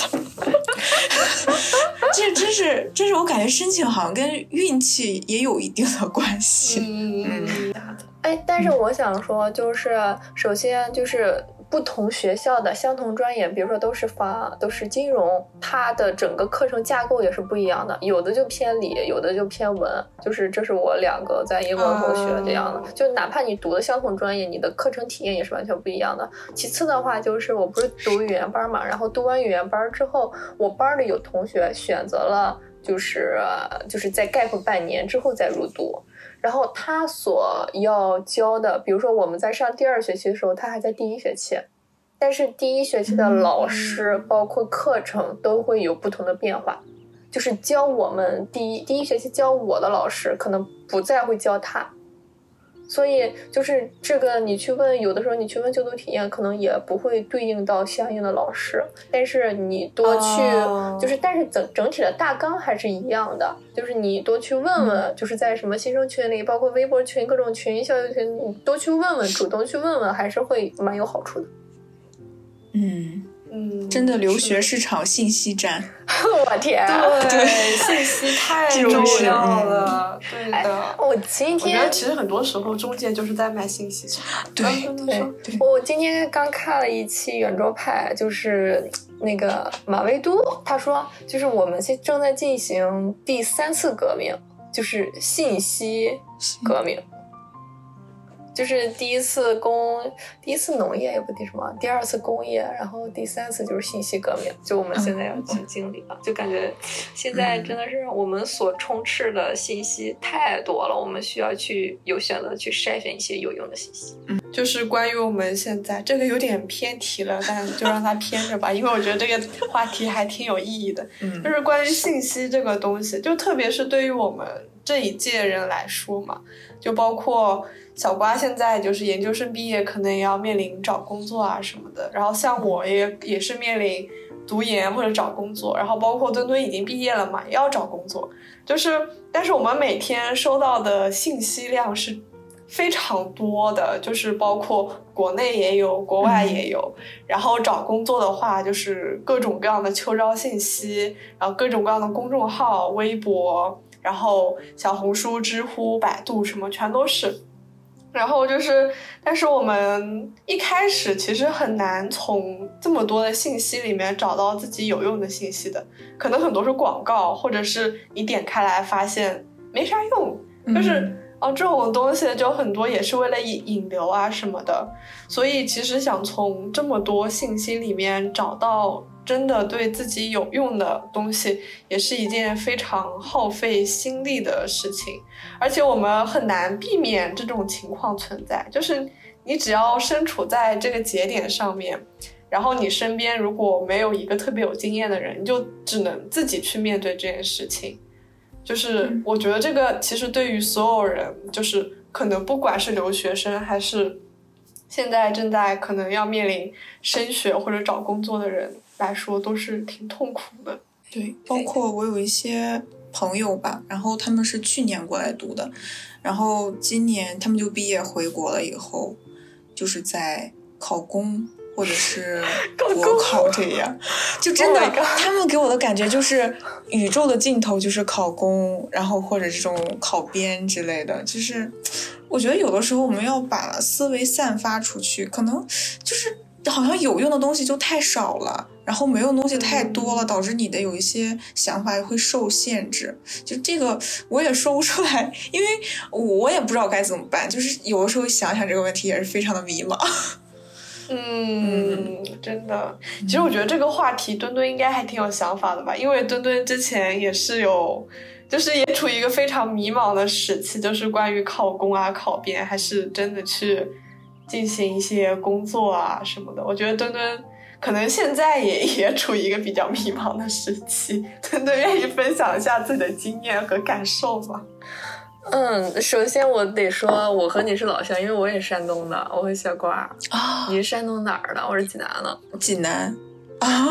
这真是真是我感觉申请好像跟运气也有一定的关系。 嗯嗯， 哎，但是我想说就是首先就是不同学校的相同专业，比如说都是法都是金融，它的整个课程架构也是不一样的，有的就偏理，有的就偏文，就是这是我两个在英国的同学这样的、嗯、就哪怕你读的相同专业，你的课程体验也是完全不一样的。其次的话就是我不是读语言班嘛，然后读完语言班之后，我班里有同学选择了就是就是在 gap 半年之后再入读，然后他所要教的，比如说我们在上第二学期的时候，他还在第一学期，但是第一学期的老师包括课程都会有不同的变化，就是教我们第一第一学期教我的老师可能不再会教他，所以就是这个你去问，有的时候你去问就读体验可能也不会对应到相应的老师，但是你多去、oh. 就是但是整整体的大纲还是一样的，就是你多去问问、嗯、就是在什么新生群里，包括微博群各种群校友群，你多去问问，主动去问问还是会蛮有好处的。 嗯嗯，真的留学市场信息战我天、啊、 对, 对信息太重要了、嗯、对的、 哎、我今天我觉得其实很多时候中介就是在卖信息场。 对对对，我今天刚看了一期圆桌派，就是那个马未都，他说就是我们现正在进行第三次革命，就是信息革命，就是第一次工第一次农业也不第什么，第二次工业，然后第三次就是信息革命，就我们现在要去经历了、嗯、就感觉现在真的是我们所充斥的信息太多了、嗯、我们需要去有选择去筛选一些有用的信息。 嗯，就是关于我们现在这个有点偏题了，但就让它偏着吧因为我觉得这个话题还挺有意义的。嗯，就是关于信息这个东西，就特别是对于我们这一届人来说嘛，就包括小瓜现在就是研究生毕业，可能也要面临找工作啊什么的，然后像我也也是面临读研或者找工作，然后包括墩墩已经毕业了嘛，也要找工作，就是但是我们每天收到的信息量是非常多的，就是包括国内也有国外也有、嗯、然后找工作的话就是各种各样的秋招信息，然后各种各样的公众号、微博，然后小红书、知乎、百度什么全都是。然后就是，但是我们一开始其实很难从这么多的信息里面找到自己有用的信息的，可能很多是广告，或者是你点开来发现没啥用，就是、嗯、哦这种东西就很多也是为了引引流啊什么的，所以其实想从这么多信息里面找到真的对自己有用的东西，也是一件非常耗费心力的事情，而且我们很难避免这种情况存在，就是你只要身处在这个节点上面，然后你身边如果没有一个特别有经验的人，你就只能自己去面对这件事情。就是我觉得这个其实对于所有人，就是可能不管是留学生还是现在正在可能要面临升学或者找工作的人来说都是挺痛苦的。 对，包括我有一些朋友吧，然后他们是去年过来读的，然后今年他们就毕业回国了以后，就是在考公或者是国考这样，就真的、oh、他们给我的感觉就是宇宙的尽头就是考公，然后或者这种考编之类的。就是我觉得有的时候我们要把思维散发出去，可能就是好像有用的东西就太少了，然后没用的东西太多了、嗯、导致你的有一些想法会受限制。就这个我也说不出来，因为我也不知道该怎么办，就是有的时候想想这个问题也是非常的迷茫。 嗯，真的。其实我觉得这个话题墩墩应该还挺有想法的吧，因为墩墩之前也是有，就是也处于一个非常迷茫的时期，就是关于考公啊、考编，还是真的去进行一些工作啊什么的。我觉得墩墩可能现在也也处于一个比较迷茫的时期。墩墩愿意分享一下自己的经验和感受吗？ 嗯，首先我得说我和你是老乡，因为我也是山东的，我和小瓜、哦、你是山东哪儿的？我是济南的。 济南啊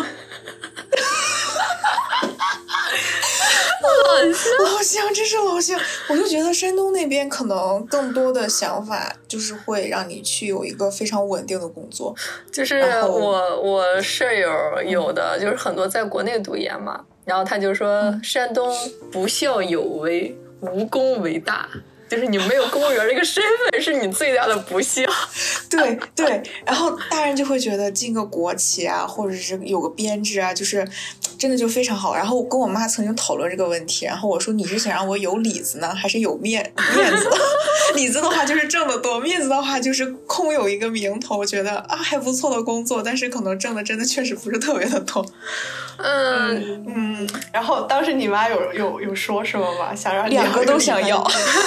老乡老乡真是老乡。我就觉得山东那边可能更多的想法就是会让你去有一个非常稳定的工作。 就是我我舍友有的、嗯、就是很多在国内读研嘛，然后他就说、嗯、山东不孝有为，无功为大，就是你没有公务员这个身份是你最大的不孝。 对对，然后大人就会觉得进个国企啊，或者是有个编制啊，就是真的就非常好。然后我跟我妈曾经讨论这个问题，然后我说你是想让我有里子呢，还是有面面子？里子的话就是挣得多，面子的话就是空有一个名头，我觉得啊还不错的工作，但是可能挣的真的确实不是特别的多。 嗯嗯，然后当时你妈有有有说什么吗？想让两个都想要。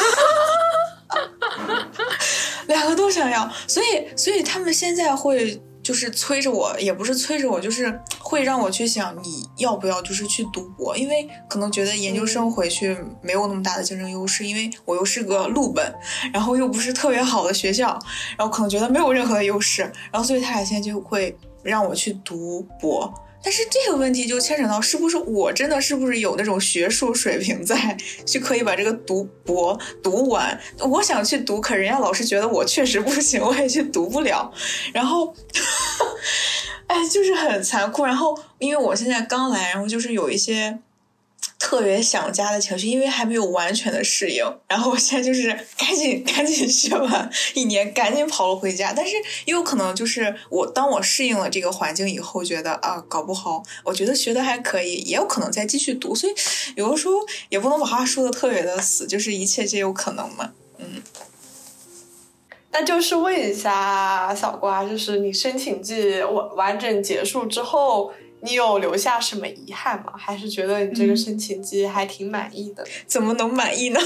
两个都想要，所以所以他们现在会就是催着我，也不是催着我，就是会让我去想你要不要就是去读博，因为可能觉得研究生回去没有那么大的竞争优势，因为我又是个陆本，然后又不是特别好的学校，然后可能觉得没有任何的优势，然后所以他俩现在就会让我去读博。但是这个问题就牵扯到是不是我真的是不是有那种学术水平在，就可以把这个读博读完。我想去读，可人家老师觉得我确实不行，我也去读不了。然后哎，就是很残酷。然后因为我现在刚来，然后就是有一些特别想家的情绪，因为还没有完全的适应，然后我现在就是赶紧赶紧学完一年，赶紧跑了回家。但是也有可能就是我当我适应了这个环境以后，觉得啊搞不好我觉得学的还可以，也有可能再继续读。所以有的时候也不能把话说的特别的死，就是一切皆有可能嘛。嗯， 那就是问一下小瓜，就是你申请季完完整结束之后，你有留下什么遗憾吗？还是觉得你这个申请季还挺满意的？ 嗯、怎么能满意呢？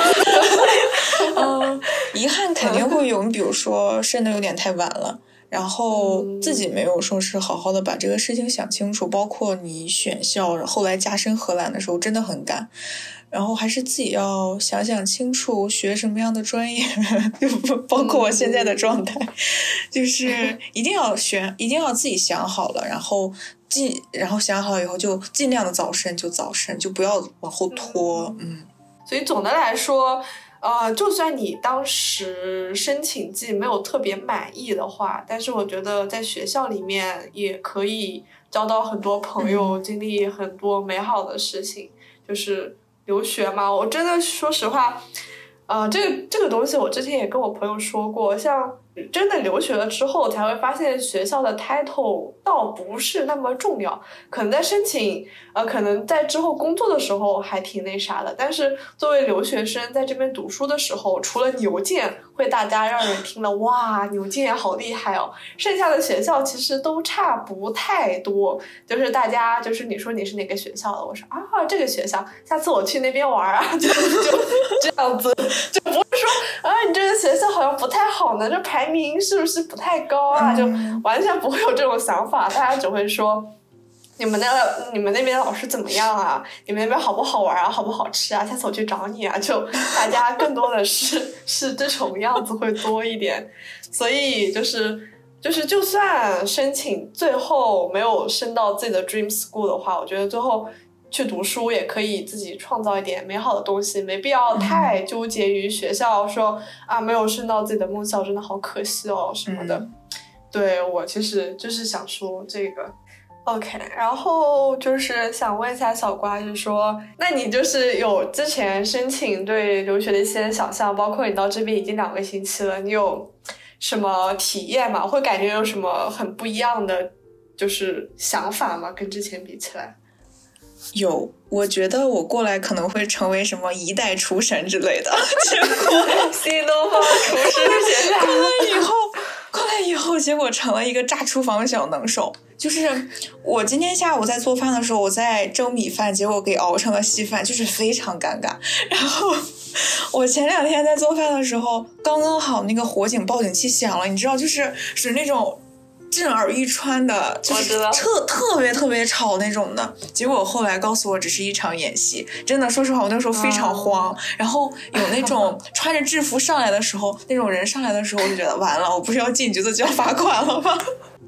嗯，遗憾肯定会有，你比如说申的有点太晚了，然后自己没有说是好好的把这个事情想清楚，包括你选校后来加深荷兰的时候真的很赶，然后还是自己要想想清楚学什么样的专业，就包括我现在的状态，就是一定要选，一定要自己想好了，然后尽然后想好以后就尽量的早申就早申，就不要往后拖。嗯， 所以总的来说呃，就算你当时申请季没有特别满意的话，但是我觉得在学校里面也可以交到很多朋友，嗯、经历很多美好的事情。就是留学嘛，我真的说实话，呃，这个这个东西我之前也跟我朋友说过，像真的留学了之后才会发现学校的 title 倒不是那么重要，可能在申请呃，可能在之后工作的时候还挺那啥的，但是作为留学生在这边读书的时候，除了牛剑会大家让人听了哇牛剑好厉害哦，剩下的学校其实都差不太多，就是大家就是你说你是哪个学校的，我说啊这个学校，下次我去那边玩啊，就就这样子，就不是说啊你这个学校好像不太好呢，这排名是不是不太高啊？就完全不会有这种想法，大家只会说你们那个你们那边老师怎么样啊？你们那边好不好玩啊？好不好吃啊？下次我去找你啊！就大家更多的是是这种样子会多一点，所以就是就是就算申请最后没有升到自己的 dream school 的话，我觉得最后去读书也可以自己创造一点美好的东西，没必要太纠结于学校说啊没有升到自己的梦校真的好可惜哦什么的。 对，我其实就是想说这个。OK， 然后就是想问一下小瓜，就是说，那你就是有之前申请对留学的一些想象，包括你到这边已经两个星期了，你有什么体验吗？会感觉有什么很不一样的就是想法吗？跟之前比起来？ 有，我觉得我过来可能会成为什么一代厨神之类的，结果新东方厨师学校过来以后，过来以后，结果成了一个炸厨房小能手。就是我今天下午在做饭的时候，我在蒸米饭，结果给熬成了稀饭，就是非常尴尬。然后我前两天在做饭的时候，刚刚好那个火警报警器响了，你知道，就是是那种震耳欲穿的，就是特特别特别吵那种的。结果后来告诉我只是一场演戏，真的，说实话，我那时候非常慌。啊、然后有那种穿着制服上来的时候，那种人上来的时候，我就觉得完了，我不是要进局子就要罚款了吗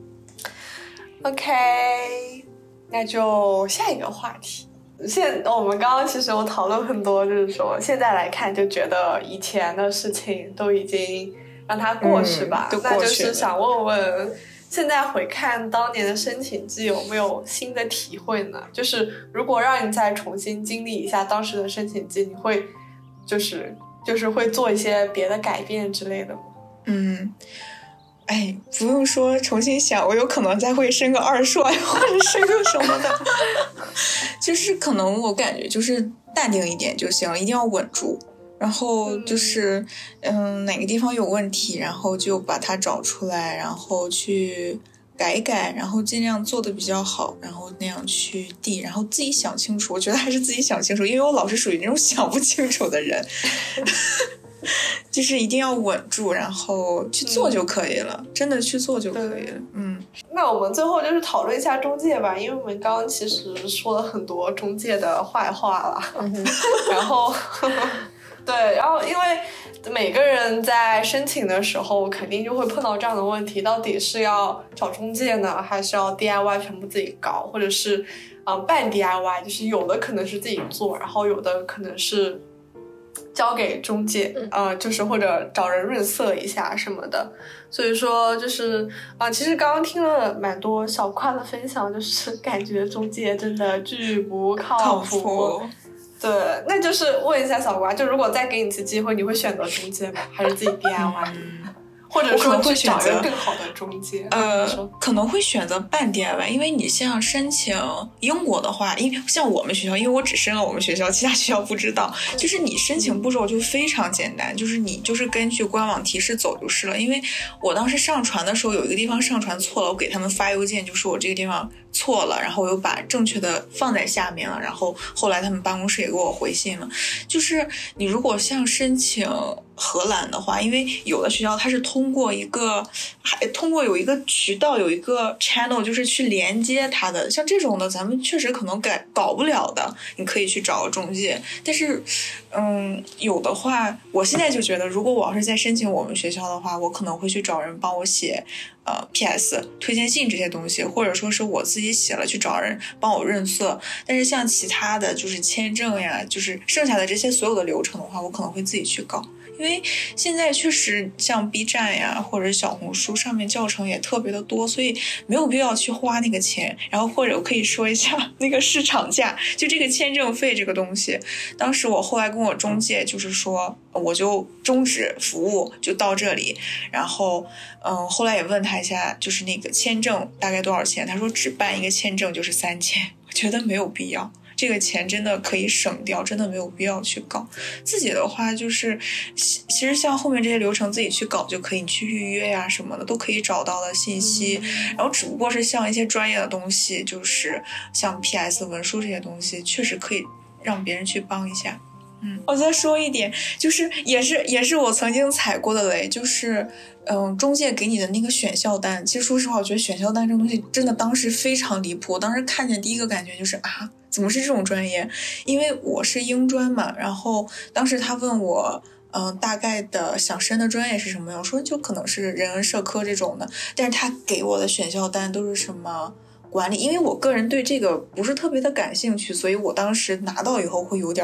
？OK， 那就下一个话题。现我们刚刚其实有讨论很多，就是说现在来看就觉得以前的事情都已经让它过去吧。 嗯、 那就是想问问，现在回看当年的申请季有没有新的体会呢？就是如果让你再重新经历一下当时的申请季，你会就是就是会做一些别的改变之类的吗？ 嗯。哎，不用说重新想，我有可能再会升个二帅或者升个什么的就是可能我感觉就是淡定一点就行，一定要稳住，然后就是嗯哪个地方有问题，然后就把它找出来，然后去改一改，然后尽量做的比较好，然后那样去递，然后自己想清楚。我觉得还是自己想清楚，因为我老是属于那种想不清楚的人就是一定要稳住，然后去做就可以了、嗯、真的去做就可以了。嗯， 那我们最后就是讨论一下中介吧，因为我们刚刚其实说了很多中介的坏话了、嗯、然后对，然后因为每个人在申请的时候肯定就会碰到这样的问题，到底是要找中介呢，还是要 D I Y 全部自己搞，或者是、呃、半 D I Y， 就是有的可能是自己做，然后有的可能是交给中介，呃，就是或者找人润色一下什么的。所以说就是啊、呃，其实刚刚听了蛮多小夸的分享，就是感觉中介真的巨不靠谱。 靠谱对，那就是问一下小瓜，就如果再给你一次机会，你会选择中介吗？还是自己 D I Y？、嗯或者说去找一个更好的中介， 呃，可能会选择半 D I Y， 因为你像申请英国的话，因为像我们学校，因为我只申了我们学校，其他学校不知道，就是你申请步骤就非常简单，就是你就是根据官网提示走就是了。因为我当时上传的时候有一个地方上传错了，我给他们发邮件，就说我这个地方错了，然后我又把正确的放在下面了，然后后来他们办公室也给我回信了。就是你如果像申请荷兰的话，因为有的学校它是通过一个还通过有一个渠道有一个 channel 就是去连接它的，像这种的咱们确实可能改搞不了的，你可以去找个中介。但是嗯，有的话我现在就觉得如果我要是在申请我们学校的话，我可能会去找人帮我写呃 P S 推荐信这些东西，或者说是我自己写了去找人帮我润色。但是像其他的就是签证呀，就是剩下的这些所有的流程的话，我可能会自己去搞。因为现在确实像 B 站呀或者小红书上面教程也特别的多，所以没有必要去花那个钱。然后或者我可以说一下那个市场价，就这个签证费这个东西，当时我后来跟我中介就是说我就终止服务就到这里，然后嗯，后来也问他一下就是那个签证大概多少钱，他说只办一个签证就是三千，我觉得没有必要，这个钱真的可以省掉，真的没有必要去搞。自己的话就是其实像后面这些流程自己去搞就可以，你去预约呀、啊、什么的都可以找到的信息、嗯、然后只不过是像一些专业的东西，就是像 P S 文书这些东西确实可以让别人去帮一下。嗯，我再说一点，就是也是也是我曾经踩过的雷，就是嗯，中介给你的那个选校单，其实说实话我觉得选校单这个东西真的当时非常离谱。我当时看见第一个感觉就是啊，怎么是这种专业？因为我是英专嘛，然后当时他问我嗯、呃，大概的想申的专业是什么，我说就可能是人文社科这种的，但是他给我的选校单都是什么管理，因为我个人对这个不是特别的感兴趣，所以我当时拿到以后会有点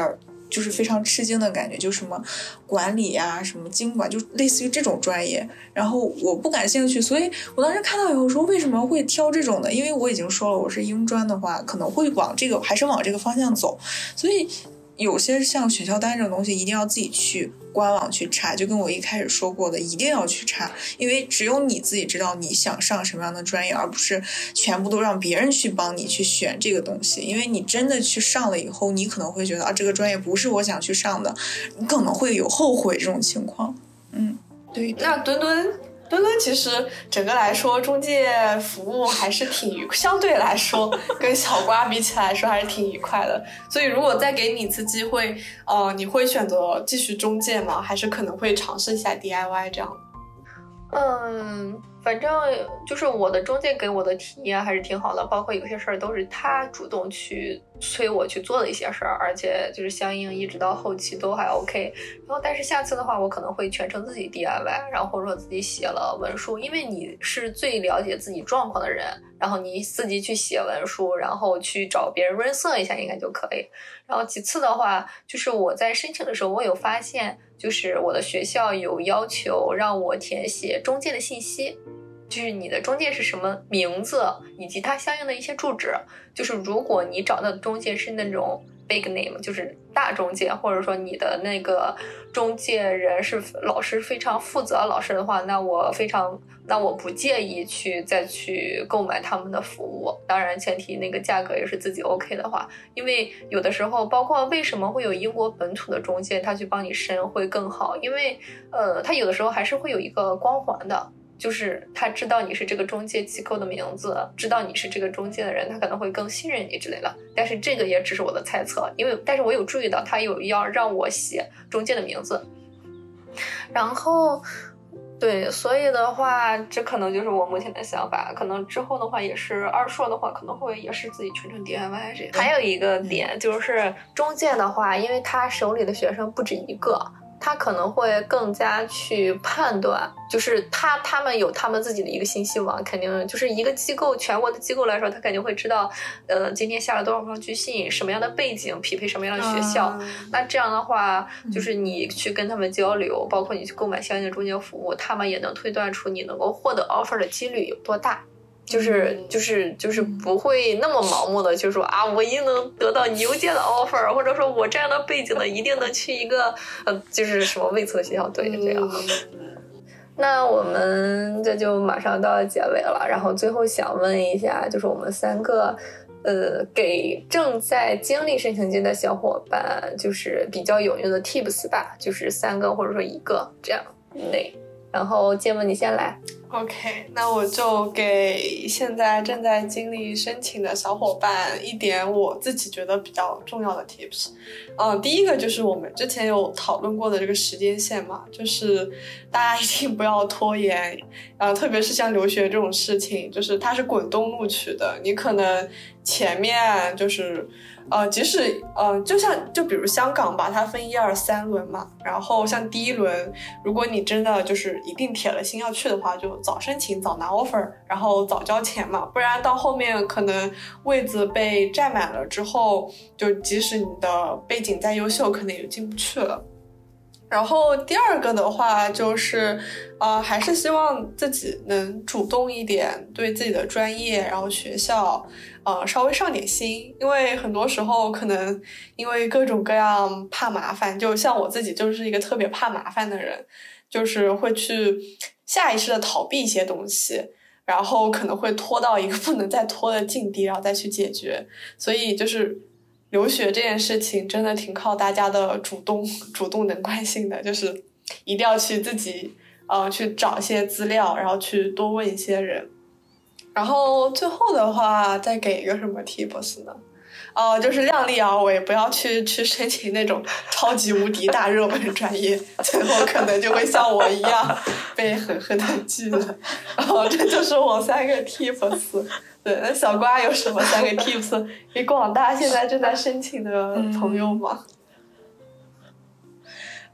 就是非常吃惊的感觉，就什么管理呀、什么经管，就类似于这种专业，然后我不感兴趣，所以我当时看到以后说为什么会挑这种的，因为我已经说了我是英专的话可能会往这个还是往这个方向走，所以有些像选校单这种东西一定要自己去官网去查，就跟我一开始说过的，一定要去查，因为只有你自己知道你想上什么样的专业，而不是全部都让别人去帮你去选这个东西。因为你真的去上了以后，你可能会觉得啊，这个专业不是我想去上的，你可能会有后悔这种情况。嗯，对。 那墩墩墩墩其实整个来说，中介服务还是挺愉，相对来说跟小瓜比起来说还是挺愉快的。所以如果再给你一次机会，呃，你会选择继续中介吗？还是可能会尝试一下 D I Y 这样？ 嗯，反正就是我的中介给我的体验还是挺好的，包括有些事儿都是他主动去催我去做的一些事儿，而且就是相应一直到后期都还 OK。然后但是下次的话我可能会全程自己 D I Y， 然后或者说自己写了文书，因为你是最了解自己状况的人，然后你自己去写文书，然后去找别人润色一下应该就可以。然后其次的话就是我在申请的时候我有发现，就是我的学校有要求让我填写中介的信息，就是你的中介是什么名字以及它相应的一些住址，就是如果你找到的中介是那种 big name， 就是大中介，或者说你的那个中介人是老师非常负责老师的话，那我非常那我不介意去再去购买他们的服务，当然前提那个价格也是自己 OK 的话，因为有的时候包括为什么会有英国本土的中介他去帮你申会更好，因为呃他有的时候还是会有一个光环的，就是他知道你是这个中介机构的名字，知道你是这个中介的人，他可能会更信任你之类的。但是这个也只是我的猜测，因为但是我有注意到他有要让我写中介的名字，然后对，所以的话这可能就是我目前的想法，可能之后的话也是二硕的话可能会也是自己全程 D I Y 这样。还有一个点就是中介的话，因为他手里的学生不止一个，他可能会更加去判断，就是他他们有他们自己的一个信息网，肯定就是一个机构全国的机构来说，他肯定会知道呃今天下了多少封拒信，什么样的背景匹配什么样的学校、嗯、那这样的话就是你去跟他们交流，包括你去购买相应的中介服务，他们也能推断出你能够获得 offer 的几率有多大，就是就是就是不会那么盲目的就说啊，我一定能得到牛街的 offer， 或者说我这样的背景的一定能去一个呃就是什么未测学校，对，这样。那我们这就马上到结尾了，然后最后想问一下，就是我们三个呃给正在经历申请季的小伙伴就是比较有用的 tips 吧，就是三个或者说一个这样。对，然后芥末你先来。 OK， 那我就给现在正在经历申请的小伙伴一点我自己觉得比较重要的 tips。嗯，第一个就是我们之前有讨论过的这个时间线嘛，就是大家一定不要拖延，呃，特别是像留学这种事情，就是它是滚动录取的，你可能前面就是呃，即使呃，就像就比如香港吧，它分一二三轮嘛，然后像第一轮，如果你真的就是一定铁了心要去的话，就早申请早拿 offer， 然后早交钱嘛，不然到后面可能位子被占满了之后，就即使你的背景再优秀，可能也进不去了。然后第二个的话就是呃，还是希望自己能主动一点，对自己的专业然后学校呃，稍微上点心，因为很多时候可能因为各种各样怕麻烦，就像我自己就是一个特别怕麻烦的人，就是会去下意识的逃避一些东西，然后可能会拖到一个不能再拖的境地，然后再去解决。所以就是留学这件事情真的挺靠大家的主动主动能惯性的，就是一定要去自己呃去找一些资料，然后去多问一些人。然后最后的话再给一个什么 tips 呢？呃，就是量力而为，不要去去申请那种超级无敌大热门专业，最后可能就会像我一样被狠狠的拒了。然后这就是我三个 tips。对，那小瓜有什么三个 tips 给广大现在正在申请的朋友吗？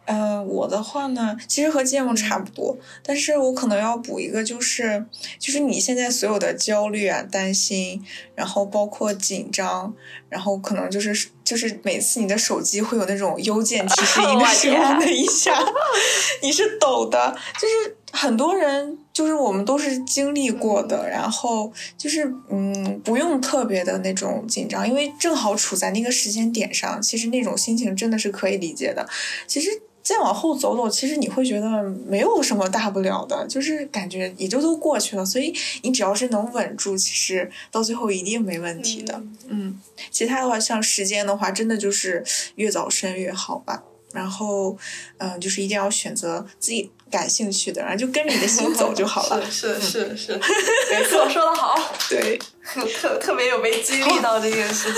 呃，我的话呢，其实和芥末差不多，但是我可能要补一个，就是就是你现在所有的焦虑啊、担心，然后包括紧张，然后可能就是就是每次你的手机会有那种邮件提示音的时候那一下，你是抖的，就是很多人就是我们都是经历过的，然后就是嗯，不用特别的那种紧张，因为正好处在那个时间点上，其实那种心情真的是可以理解的。其实再往后走走，其实你会觉得没有什么大不了的，就是感觉也就都过去了，所以你只要是能稳住，其实到最后一定没问题的。嗯，嗯其他的话像时间的话，真的就是越早生越好吧。然后，嗯、呃，就是一定要选择自己感兴趣的，然后就跟着你的心走就好了。 是是是是，没错，说得好。 对， 特特别有被激励到这件事情。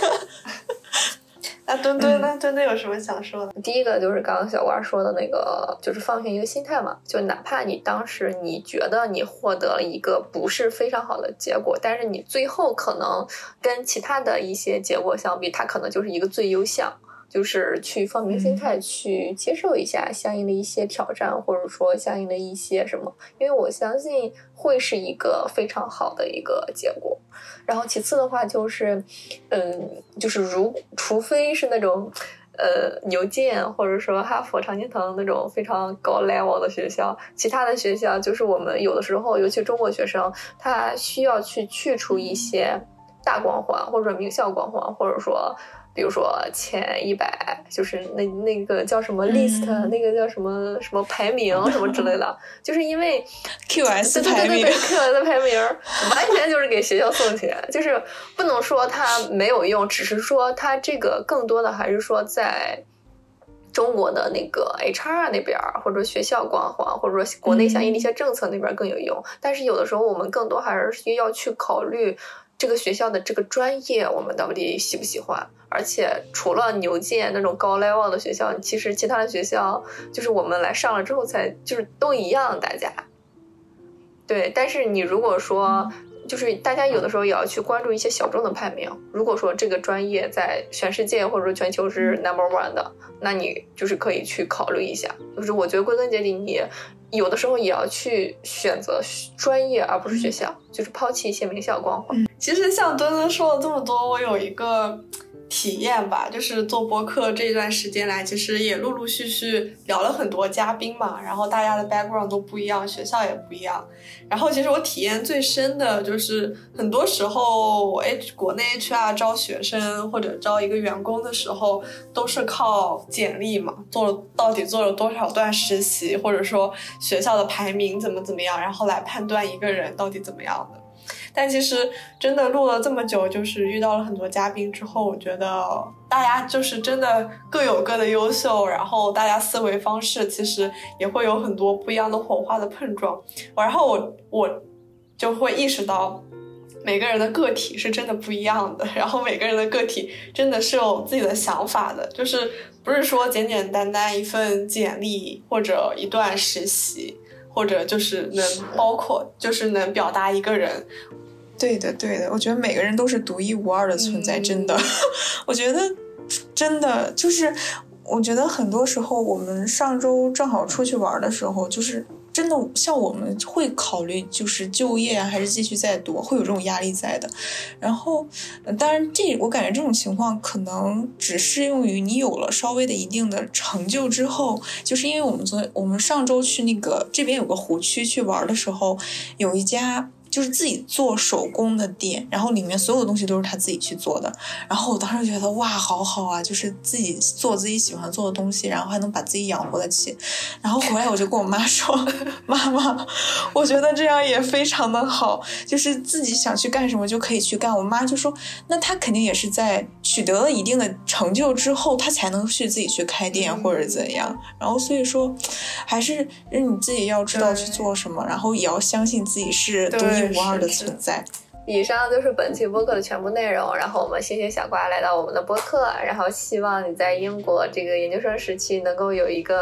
那墩墩呢？墩墩有什么想说的？ 第一个就是刚刚小瓜说的那个，就是放平一个心态嘛。就哪怕你当时你觉得你获得了一个不是非常好的结果，但是你最后可能跟其他的一些结果相比，它可能就是一个最优项。就是去放平心态，去接受一下相应的一些挑战，或者说相应的一些什么，因为我相信会是一个非常好的一个结果。然后其次的话就是，嗯，就是如除非是那种呃牛剑或者说哈佛、常青藤那种非常高 level 的学校，其他的学校就是我们有的时候，尤其中国学生，他需要去去除一些大光环或者名校光环，或者说。比如说前一百，就是那那个叫什么 list，、嗯、那个叫什么什么排名什么之类的，就是因为 Q S 排名， 对对对对 Q S 排名完全就是给学校送钱，就是不能说它没有用，只是说它这个更多的还是说在中国的那个 H R 那边，或者学校光环，或者说国内相应的一些政策那边更有用。嗯、但是有的时候我们更多还是需要去考虑这个学校的这个专业，我们到底喜不喜欢。而且除了牛剑那种高 level 的学校，其实其他的学校就是我们来上了之后才就是都一样，大家。对，但是你如果说就是大家有的时候也要去关注一些小众的排名，如果说这个专业在全世界或者说全球是 number one 的，那你就是可以去考虑一下。就是我觉得归根结底，你有的时候也要去选择专业而不是学校，就是抛弃一些名校光环。 其实像墩墩说了这么多，我有一个体验吧，就是做播客这一段时间来，其实也陆陆续续聊了很多嘉宾嘛，然后大家的 background 都不一样，学校也不一样。然后其实我体验最深的就是很多时候 H 国内 H R 招学生或者招一个员工的时候，都是靠简历嘛，做了到底做了多少段实习，或者说学校的排名怎么怎么样，然后来判断一个人到底怎么样的。但其实真的录了这么久，就是遇到了很多嘉宾之后，我觉得大家就是真的各有各的优秀，然后大家思维方式其实也会有很多不一样的火花的碰撞，然后我我就会意识到每个人的个体是真的不一样的，然后每个人的个体真的是有自己的想法的，就是不是说简简单单一份简历或者一段实习，或者就是能包括就是能表达一个人。 对的对的，我觉得每个人都是独一无二的存在、嗯、真的我觉得真的就是我觉得很多时候我们上周正好出去玩的时候，就是真的像我们会考虑就是就业啊还是继续再读，会有这种压力在的。然后当然这我感觉这种情况可能只适用于你有了稍微的一定的成就之后，就是因为我们昨我们上周去那个这边有个湖区去玩的时候，有一家就是自己做手工的店，然后里面所有东西都是他自己去做的，然后我当时觉得哇好好啊，就是自己做自己喜欢做的东西，然后还能把自己养活得起。然后回来我就跟我妈说妈妈我觉得这样也非常的好，就是自己想去干什么就可以去干。我妈就说那他肯定也是在取得了一定的成就之后他才能去自己去开店或者怎样，然后所以说还是你自己要知道去做什么，然后也要相信自己是独一无二的存在。 以上就是本期播客的全部内容，然后我们谢谢小瓜来到我们的播客，然后希望你在英国这个研究生时期能够有一个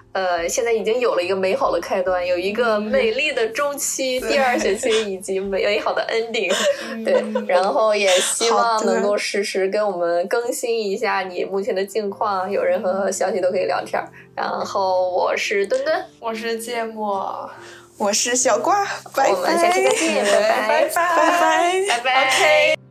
呃，现在已经有了一个美好的开端，有一个美丽的周期，第二学期以及美好的 ending。对，然后也希望能够实时跟我们更新一下你目前的近况，有任何消息都可以聊天。然后我是墩墩， 我是芥末， 我是小瓜，拜拜， 我们下期再见，拜拜， 拜拜， 拜拜。OK。